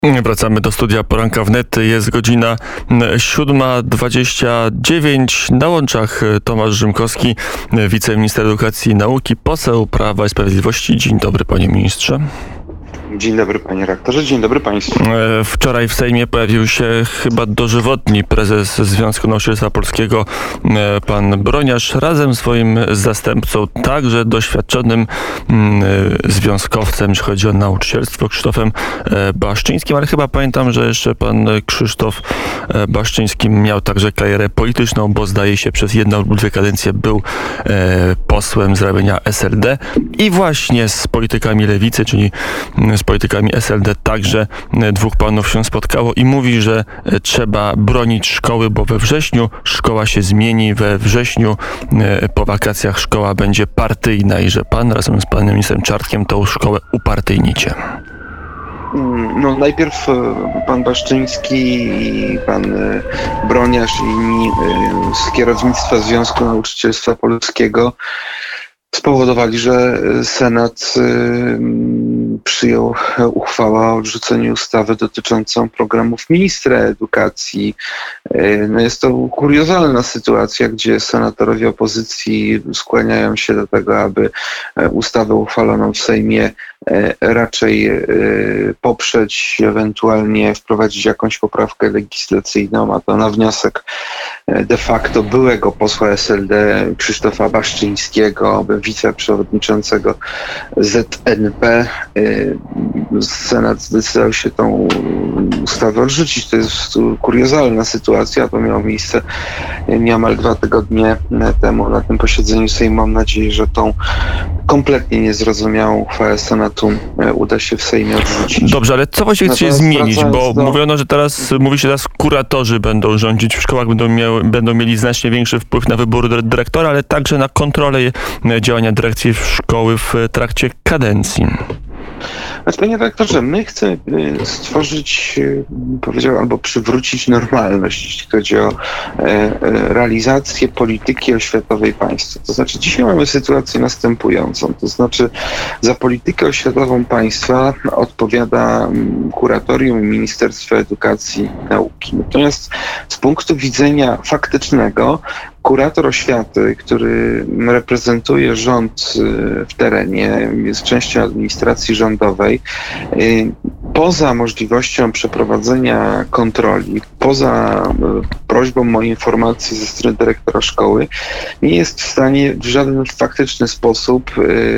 Wracamy do studia Poranka Wnet. Jest godzina 7:29. Na łączach Tomasz Rzymkowski, wiceminister edukacji i nauki, poseł Prawa i Sprawiedliwości. Dzień dobry, panie ministrze. Dzień dobry, panie rektorze, dzień dobry państwu. Wczoraj w Sejmie pojawił się chyba dożywotni prezes Związku Nauczycielstwa Polskiego, pan Broniarz, razem z swoim zastępcą, także doświadczonym związkowcem, jeśli chodzi o nauczycielstwo, Krzysztofem Baszczyńskim, ale chyba pamiętam, że jeszcze pan Krzysztof Baszczyński miał także karierę polityczną, bo zdaje się przez jedną lub dwie kadencje był posłem z ramienia SLD i właśnie z politykami lewicy, czyli z politykami SLD także dwóch panów się spotkało i mówi, że trzeba bronić szkoły, bo we wrześniu szkoła się zmieni, we wrześniu po wakacjach szkoła będzie partyjna i że pan razem z panem ministrem Czarnkiem tą szkołę upartyjnicie. No najpierw pan Baszczyński, pan Broniarz i inni z kierownictwa Związku Nauczycielstwa Polskiego spowodowali, że Senat przyjął uchwałę o odrzuceniu ustawy dotyczącą programów ministra edukacji. No jest to kuriozalna sytuacja, gdzie senatorowie opozycji skłaniają się do tego, aby ustawę uchwaloną w Sejmie raczej poprzeć, ewentualnie wprowadzić jakąś poprawkę legislacyjną, a to na wniosek de facto byłego posła SLD Krzysztofa Baszczyńskiego, wiceprzewodniczącego ZNP. Senat zdecydował się tą ustawę odrzucić. To jest kuriozalna sytuacja. To miało miejsce niemal 2 tygodnie temu na tym posiedzeniu Sejmu. Mam nadzieję, że tą kompletnie niezrozumiałą uchwałę Senatu uda się w Sejmie odrzucić. Dobrze, ale co właściwie chce się zmienić? Bo mówiono, że mówi się teraz, kuratorzy będą rządzić w szkołach, będą mieli znacznie większy wpływ na wybór dyrektora, ale także na kontrolę działania dyrekcji szkoły w trakcie kadencji. Panie dyrektorze, my chcemy stworzyć, powiedział, albo przywrócić normalność, jeśli chodzi o realizację polityki oświatowej państwa. To znaczy dzisiaj mamy sytuację następującą. To znaczy za politykę oświatową państwa odpowiada kuratorium i Ministerstwo Edukacji i Nauki. Natomiast z punktu widzenia faktycznego kurator oświaty, który reprezentuje rząd w terenie, jest częścią administracji rządowej, poza możliwością przeprowadzenia kontroli, poza prośbą o informacje ze strony dyrektora szkoły, nie jest w stanie w żaden faktyczny sposób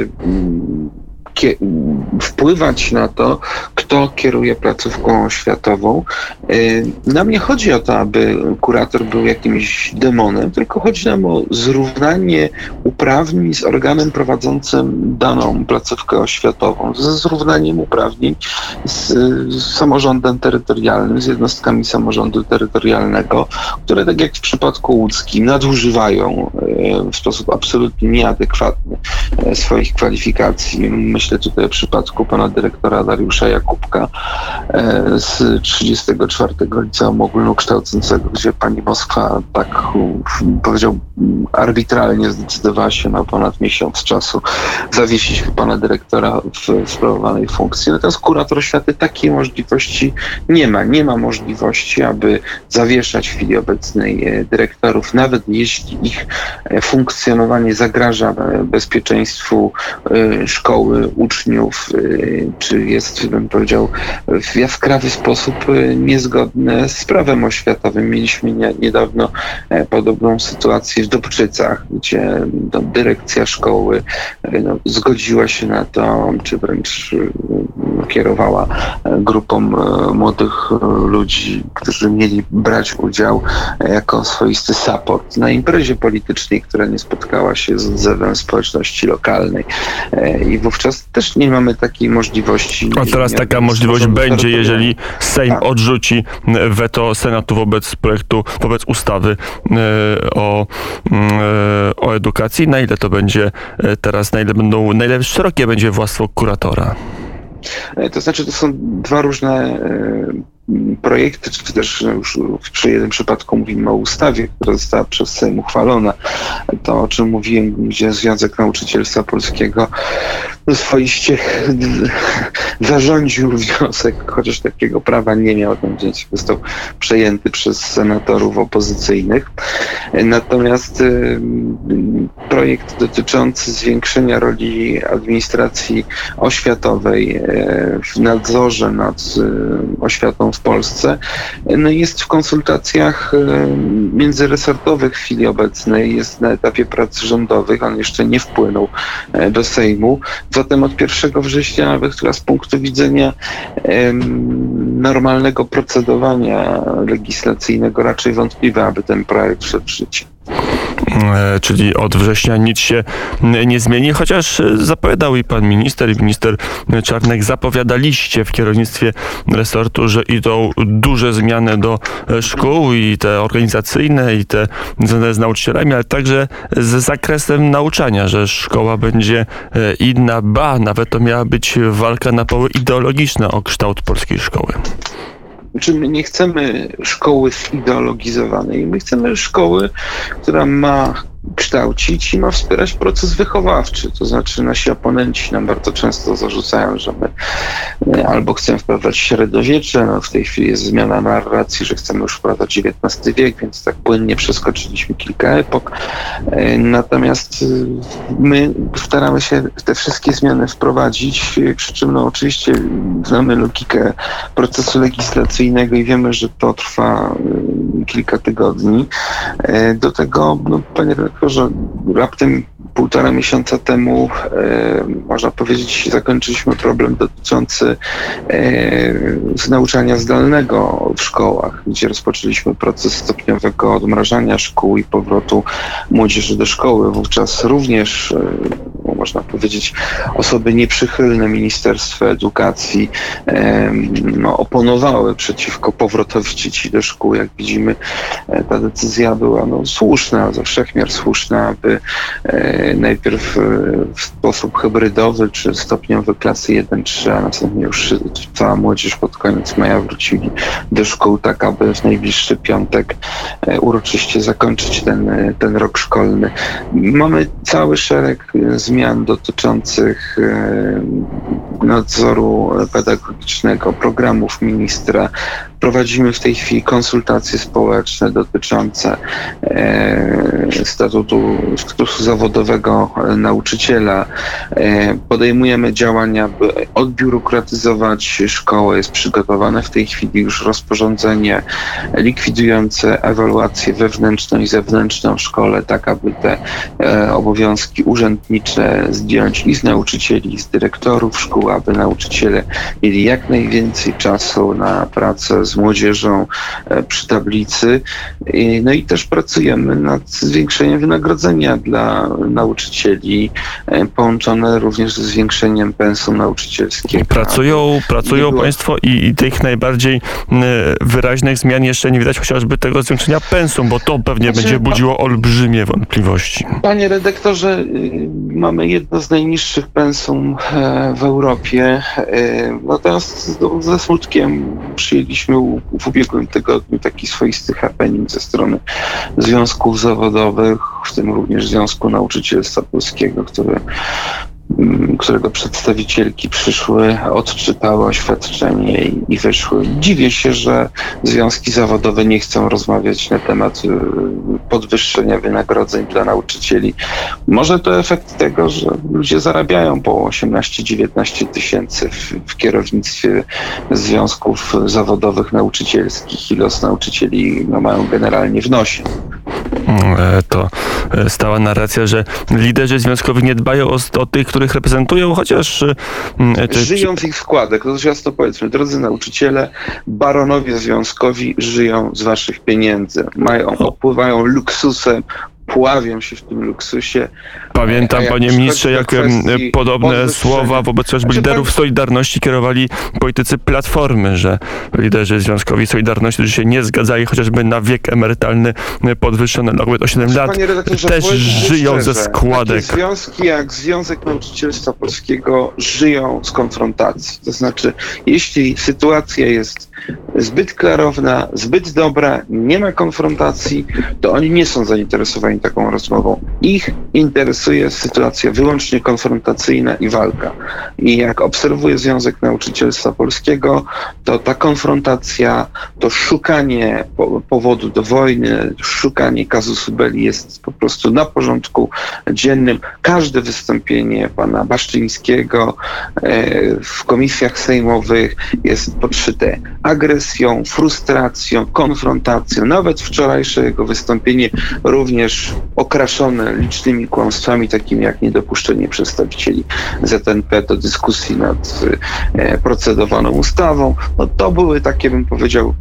wpływać na to, kto kieruje placówką oświatową. Nam nie chodzi o to, aby kurator był jakimś demonem, tylko chodzi nam o zrównanie uprawnień z organem prowadzącym daną placówkę oświatową, ze zrównaniem uprawnień z samorządem terytorialnym, z jednostkami samorządu terytorialnego, które tak jak w przypadku łódzkim nadużywają w sposób absolutnie nieadekwatny swoich kwalifikacji. Myślę tutaj o przypadku pana dyrektora Dariusza Jakubka z 34 Liceum Ogólnokształcącego, gdzie pani Moskwa, tak powiedział, arbitralnie zdecydowała się na ponad miesiąc czasu zawiesić pana dyrektora w sprawowanej funkcji. Natomiast kurator oświaty takiej możliwości nie ma. Nie ma możliwości, aby zawieszać w chwili obecnej dyrektorów, nawet jeśli ich funkcjonowanie zagraża bezpieczeństwu szkoły, uczniów, czy jest, bym powiedział, w jaskrawy sposób niezgodne z prawem oświatowym. Mieliśmy niedawno podobną sytuację w Dobczycach, gdzie dyrekcja szkoły zgodziła się na to, czy wręcz kierowała grupą młodych ludzi, którzy mieli brać udział jako swoisty support na imprezie politycznej, która nie spotkała się z odzewem społeczności lokalnej. I wówczas też nie mamy takiej możliwości. A teraz taka możliwość będzie, jeżeli Sejm odrzuci weto Senatu wobec projektu, wobec ustawy o edukacji. Na ile to będzie teraz, na ile szerokie będzie władztwo kuratora? To znaczy, to są dwa różne projekty, czy też już przy jednym przypadku mówimy o ustawie, która została przez Sejm uchwalona, to o czym mówiłem, gdzie Związek Nauczycielstwa Polskiego swoiście zarządził wniosek, chociaż takiego prawa nie miał, ten wniosek został przejęty przez senatorów opozycyjnych. Natomiast projekt dotyczący zwiększenia roli administracji oświatowej w nadzorze nad oświatą w Polsce jest w konsultacjach międzyresortowych w chwili obecnej, jest na etapie prac rządowych, on jeszcze nie wpłynął do Sejmu. Zatem od 1 września, nawet z punktu widzenia normalnego procedowania legislacyjnego, raczej wątpliwe, aby ten projekt wszedł w życie. Czyli od września nic się nie zmieni, chociaż zapowiadał i pan minister, i minister Czarnek, zapowiadaliście w kierownictwie resortu, że idą duże zmiany do szkół, i te organizacyjne, i te związane z nauczycielami, ale także z zakresem nauczania, że szkoła będzie inna, nawet to miała być walka na poły ideologiczne o kształt polskiej szkoły. Czy my nie chcemy szkoły zideologizowanej? My chcemy szkoły, która ma kształcić i ma wspierać proces wychowawczy. To znaczy nasi oponenci nam bardzo często zarzucają, że my albo chcemy wprowadzać średniowiecze, w tej chwili jest zmiana narracji, że chcemy już wprowadzać XIX wiek, więc tak płynnie przeskoczyliśmy kilka epok. Natomiast my staramy się te wszystkie zmiany wprowadzić, przy czym oczywiście znamy logikę procesu legislacyjnego i wiemy, że to trwa kilka tygodni. Do tego, panie redaktorze, raptem 1,5 miesiąca temu, można powiedzieć, zakończyliśmy problem dotyczący nauczania zdalnego w szkołach, gdzie rozpoczęliśmy proces stopniowego odmrażania szkół i powrotu młodzieży do szkoły. Wówczas również, można powiedzieć, osoby nieprzychylne Ministerstwu Edukacji oponowały przeciwko powrotowi dzieci do szkół. Jak widzimy, ta decyzja była słuszna, ze wszechmiar słuszna, aby najpierw w sposób hybrydowy czy stopniowy klasy 1-3, a następnie już cała młodzież pod koniec maja wrócili do szkół, tak aby w najbliższy piątek uroczyście zakończyć ten rok szkolny. Mamy cały szereg zmian dotyczących nadzoru pedagogicznego, programów ministra. Prowadzimy w tej chwili konsultacje społeczne dotyczące statusu zawodowego nauczyciela. Podejmujemy działania, by odbiurokratyzować szkołę. Jest przygotowane w tej chwili już rozporządzenie likwidujące ewaluację wewnętrzną i zewnętrzną w szkole, tak aby te obowiązki urzędnicze zdjąć i z nauczycieli, i z dyrektorów szkół, aby nauczyciele mieli jak najwięcej czasu na pracę z młodzieżą przy tablicy. I też pracujemy nad zwiększeniem wynagrodzenia dla nauczycieli, połączone również ze zwiększeniem pensum nauczycielskiego. Pracują państwo i tych najbardziej wyraźnych zmian jeszcze nie widać, chociażby tego zwiększenia pensum, bo to pewnie będzie budziło olbrzymie wątpliwości. Panie redaktorze, mamy jedno z najniższych pensum w Europie. Natomiast ze smutkiem przyjęliśmy w ubiegłym tygodniu taki swoisty happening ze strony związków zawodowych, w tym również Związku Nauczycielstwa Polskiego, którego przedstawicielki przyszły, odczytały oświadczenie i wyszły. Dziwię się, że związki zawodowe nie chcą rozmawiać na temat podwyższenia wynagrodzeń dla nauczycieli. Może to efekt tego, że ludzie zarabiają po 18-19 tysięcy w kierownictwie związków zawodowych nauczycielskich i los nauczycieli mają generalnie w nosie. To stała narracja, że liderzy związkowi nie dbają o tych, których reprezentują, chociaż... Żyją z ich składek. To jasno powiedzmy, drodzy nauczyciele, baronowie związkowi żyją z waszych pieniędzy. Opływają luksusem, pławią się w tym luksusie. Pamiętam, panie ministrze, jak podobne słowa wobec chociażby liderów Solidarności kierowali politycy Platformy, że liderzy związkowi Solidarności, którzy się nie zgadzali chociażby na wiek emerytalny podwyższony o 7 lat, też żyją ze składek. Takie związki jak Związek Nauczycielstwa Polskiego żyją z konfrontacji. To znaczy, jeśli sytuacja jest zbyt klarowna, zbyt dobra, nie ma konfrontacji, to oni nie są zainteresowani taką rozmową. Ich interesuje sytuacja wyłącznie konfrontacyjna i walka. I jak obserwuję Związek Nauczycielstwa Polskiego, to ta konfrontacja, to szukanie powodu do wojny, szukanie casusu belli jest po prostu na porządku dziennym. Każde wystąpienie pana Baszczyńskiego w komisjach sejmowych jest podszyte agresją, frustracją, konfrontacją. Nawet wczorajsze jego wystąpienie również okraszone licznymi kłamstwami, takimi jak niedopuszczenie przedstawicieli ZNP do dyskusji nad procedowaną ustawą. No to były takie, bym powiedział,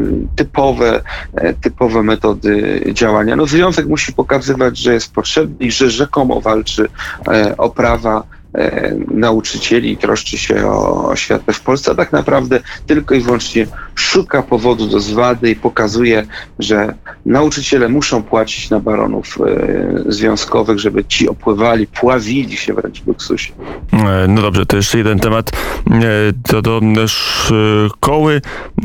typowe metody działania. No związek musi pokazywać, że jest potrzebny i że rzekomo walczy o prawa nauczycieli i troszczy się o oświatę w Polsce, a tak naprawdę tylko i wyłącznie szuka powodu do zwady i pokazuje, że nauczyciele muszą płacić na baronów związkowych, żeby ci opływali, pławili się wręcz w luksusie. No dobrze, to jeszcze jeden temat. Do szkoły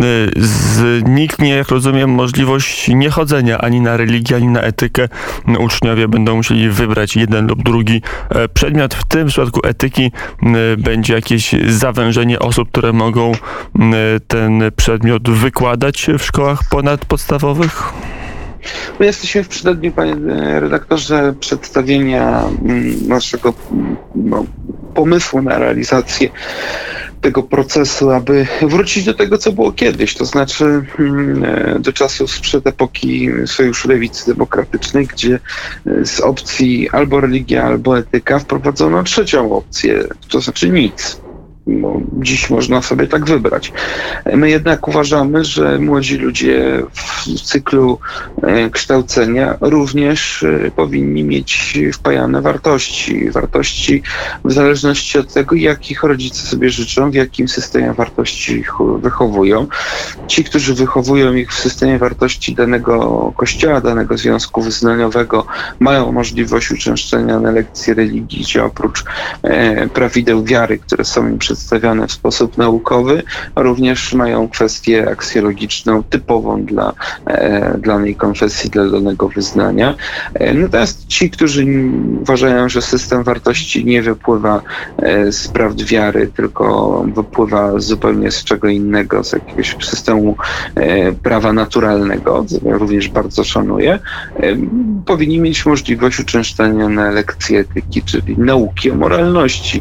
zniknie, jak rozumiem, możliwość niechodzenia ani na religię, ani na etykę. Uczniowie będą musieli wybrać jeden lub drugi przedmiot. W tym przypadku etyki będzie jakieś zawężenie osób, które mogą ten przedmiot wykładać w szkołach ponadpodstawowych? My jesteśmy w przededniu, panie redaktorze, przedstawienia naszego pomysłu na realizację tego procesu, aby wrócić do tego, co było kiedyś, to znaczy do czasów sprzed epoki Sojuszu Lewicy Demokratycznej, gdzie z opcji albo religia, albo etyka wprowadzono trzecią opcję, to znaczy nic. Bo dziś można sobie tak wybrać. My jednak uważamy, że młodzi ludzie w cyklu kształcenia również powinni mieć wpajane wartości. Wartości w zależności od tego, jakich rodzice sobie życzą, w jakim systemie wartości ich wychowują. Ci, którzy wychowują ich w systemie wartości danego kościoła, danego związku wyznaniowego, mają możliwość uczęszczenia na lekcje religii, gdzie oprócz prawideł wiary, które są im przedstawiane w sposób naukowy, również mają kwestię aksjologiczną typową dla danej konfesji, dla danego wyznania. Natomiast ci, którzy uważają, że system wartości nie wypływa z prawd wiary, tylko wypływa zupełnie z czego innego, z jakiegoś systemu prawa naturalnego, co ja również bardzo szanuję, powinni mieć możliwość uczęszczania na lekcje etyki, czyli nauki o moralności.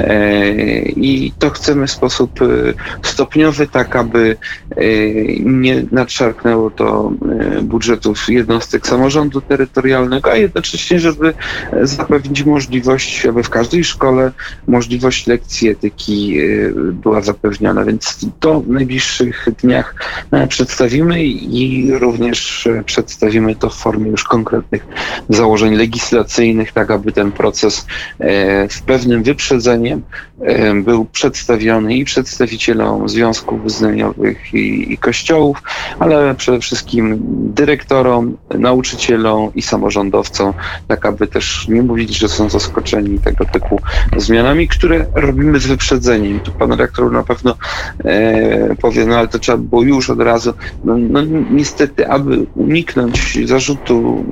I to chcemy w sposób stopniowy, tak aby nie nadszarpnęło to budżetów jednostek samorządu terytorialnego, a jednocześnie, żeby zapewnić możliwość, aby w każdej szkole możliwość lekcji etyki była zapewniona. Więc to w najbliższych dniach przedstawimy i również przedstawimy to w formie już konkretnych założeń legislacyjnych, tak aby ten proces w pewnym wyprzedzeniem był przedstawiony i przedstawicielom związków wyznaniowych i kościołów, ale przede wszystkim dyrektorom, nauczycielom i samorządowcom, tak aby też nie mówić, że są zaskoczeni tego typu zmianami, które robimy z wyprzedzeniem. Tu pan rektor na pewno powie, no ale to trzeba było już od razu. No niestety, aby uniknąć zarzutu,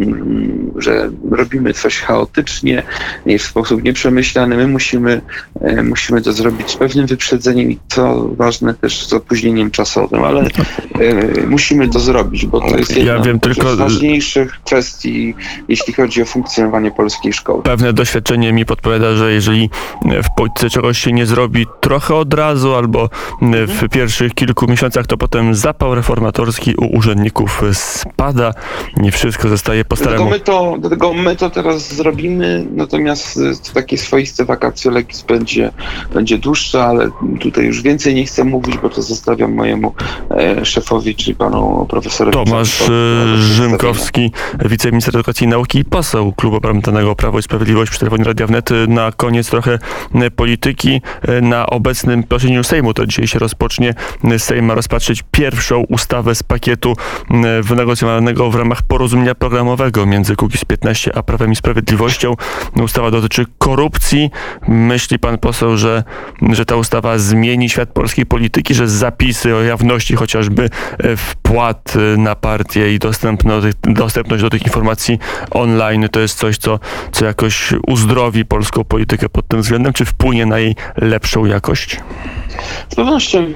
że robimy coś chaotycznie i w sposób nieprzemyślany, my musimy to zrobić z pewnym wyprzedzeniem i co ważne też z opóźnieniem czasowym, ale musimy to zrobić, bo to jest jedna z ważniejszych kwestii, jeśli chodzi o funkcjonowanie polskiej szkoły. Pewne doświadczenie mi podpowiada, że jeżeli w polityce czegoś się nie zrobi trochę od razu albo w pierwszych kilku miesiącach, to potem zapał reformatorski u urzędników spada, nie wszystko zostaje po staremu. Dlatego my to teraz zrobimy, natomiast takie swoiste vacatio legis będzie dłuższe, ale tutaj już więcej nie chcę mówić, bo to zostawiam mojemu szefowi szefowi, czyli panu profesorowi Tomasz Rzymkowski, wiceminister edukacji i nauki i poseł Klubu Parlamentarnego Prawo i Sprawiedliwość przy telefonie Radia Wnet. Na koniec trochę polityki. Na obecnym posiedzeniu Sejmu, to dzisiaj się rozpocznie, Sejm ma rozpatrzyć pierwszą ustawę z pakietu wynegocjowanego w ramach porozumienia programowego między Kukiz15 a Prawem i Sprawiedliwością. Ustawa dotyczy korupcji. Myśli pan poseł, że ta ustawa zmieni świat polskiej polityki, że zapisy o jawności chociażby wpłat na partię i dostępność do tych informacji online to jest coś, co jakoś uzdrowi polską politykę pod tym względem, czy wpłynie na jej lepszą jakość? Z pewnością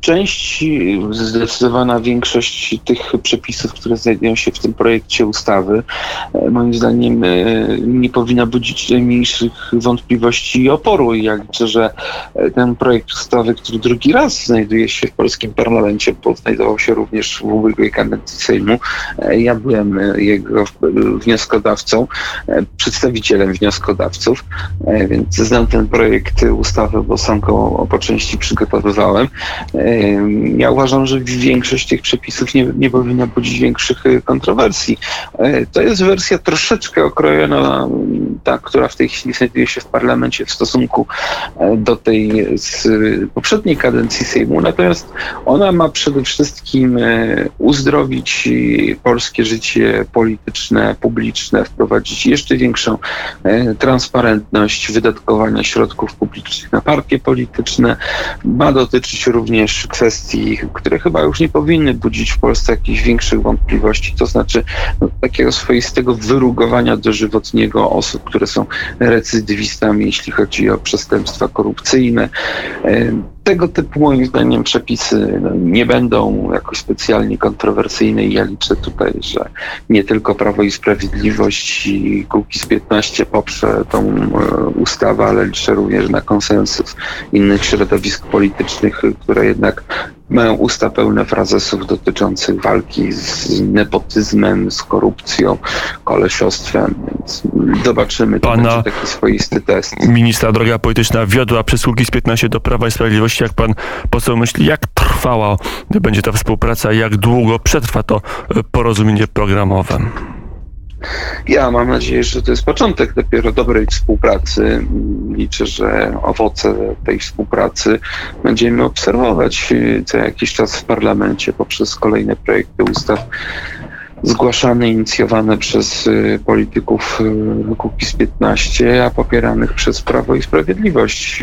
zdecydowana większość tych przepisów, które znajdują się w tym projekcie ustawy, moim zdaniem nie powinna budzić najmniejszych wątpliwości i oporu. I ja liczę, że ten projekt ustawy, który drugi raz znajduje się w polskim parlamencie, bo znajdował się również w ubiegłej kadencji Sejmu, ja byłem jego wnioskodawcą, przedstawicielem wnioskodawców, więc znam ten projekt ustawy, bo sam go po części przygotowywałem. Ja uważam, że większość tych przepisów nie powinna budzić większych kontrowersji. To jest wersja troszeczkę okrojona, ta, która w tej chwili znajduje się w parlamencie w stosunku do tej z poprzedniej kadencji Sejmu, natomiast ona ma przede wszystkim uzdrowić polskie życie polityczne, publiczne, wprowadzić jeszcze większą transparentność wydatkowania środków publicznych na partie polityczne. Ma dotyczyć również kwestii, które chyba już nie powinny budzić w Polsce jakichś większych wątpliwości, to znaczy takiego swoistego wyrugowania dożywotniego osób, które są recydywistami, jeśli chodzi o przestępstwa korupcyjne. Tego typu, moim zdaniem, przepisy nie będą jakoś specjalnie kontrowersyjne i ja liczę tutaj, że nie tylko Prawo i Sprawiedliwość i Kukiz15 poprze tą ustawę, ale liczę również na konsensus innych środowisk politycznych, które jednak mają usta pełne frazesów dotyczących walki z nepotyzmem, z korupcją, kolesiostwem, więc zobaczymy, to będzie taki swoisty test. Ministra droga polityczna wiodła przez Kukiz15 do Prawa i Sprawiedliwości. Jak pan poseł myśli, jak trwała będzie ta współpraca, jak długo przetrwa to porozumienie programowe? Ja mam nadzieję, że to jest początek dopiero dobrej współpracy. Liczę, że owoce tej współpracy będziemy obserwować co jakiś czas w parlamencie poprzez kolejne projekty ustaw zgłaszane, inicjowane przez polityków Kukiz15, a popieranych przez Prawo i Sprawiedliwość.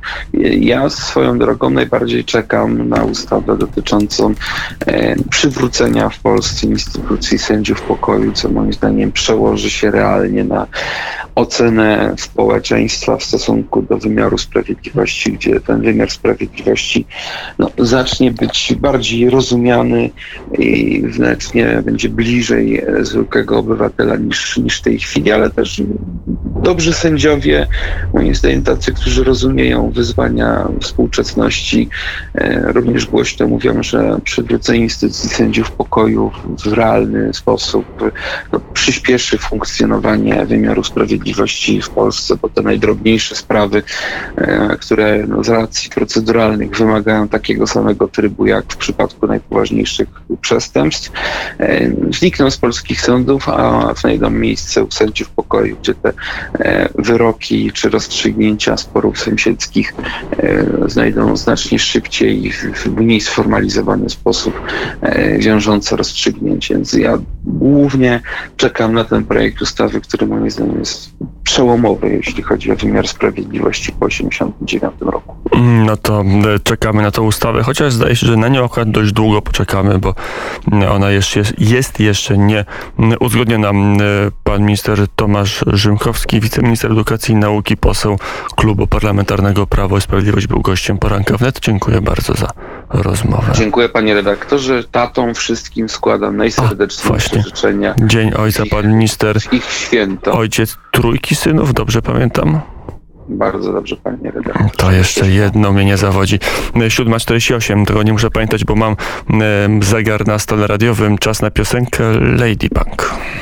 Ja swoją drogą najbardziej czekam na ustawę dotyczącą przywrócenia w Polsce instytucji sędziów pokoju, co moim zdaniem przełoży się realnie na ocenę społeczeństwa w stosunku do wymiaru sprawiedliwości, gdzie ten wymiar sprawiedliwości zacznie być bardziej rozumiany i znacznie będzie bliżej zwykłego obywatela niż w tej chwili, ale też dobrzy sędziowie, moim zdaniem tacy, którzy rozumieją wyzwania współczesności, również głośno mówią, że przywrócenie instytucji sędziów pokoju w realny sposób przyspieszy funkcjonowanie wymiaru sprawiedliwości w Polsce, bo te najdrobniejsze sprawy, które z racji proceduralnych wymagają takiego samego trybu jak w przypadku najpoważniejszych przestępstw, znikną z polskich sądów, a znajdą miejsce u sędziów pokoju, gdzie te wyroki czy rozstrzygnięcia sporów sąsiedzkich znajdą znacznie szybciej i w mniej sformalizowany sposób wiążące rozstrzygnięcie. Więc ja głównie czekam na ten projekt ustawy, który moim zdaniem jest przełomowy, jeśli chodzi o wymiar sprawiedliwości po 1989 roku. No to czekamy na tę ustawę, chociaż zdaje się, że na nią akurat dość długo poczekamy, bo ona jest jeszcze nie uzgodniona. Pan minister Tomasz Rzymkowski, wiceminister edukacji i nauki, poseł Klubu Parlamentarnego Prawo i Sprawiedliwość, był gościem Poranka Wnet. Dziękuję bardzo za rozmowę. Dziękuję, panie redaktorze. Tatom wszystkim składam najserdeczniejsze życzenia. Dzień Ojca, pan minister. Ich święto. Ojciec trójki synów, dobrze pamiętam? Bardzo dobrze, panie redaktorze. To jeszcze jedno mnie nie zawodzi. 7:48, tego nie muszę pamiętać, bo mam zegar na stole radiowym. Czas na piosenkę Ladybug.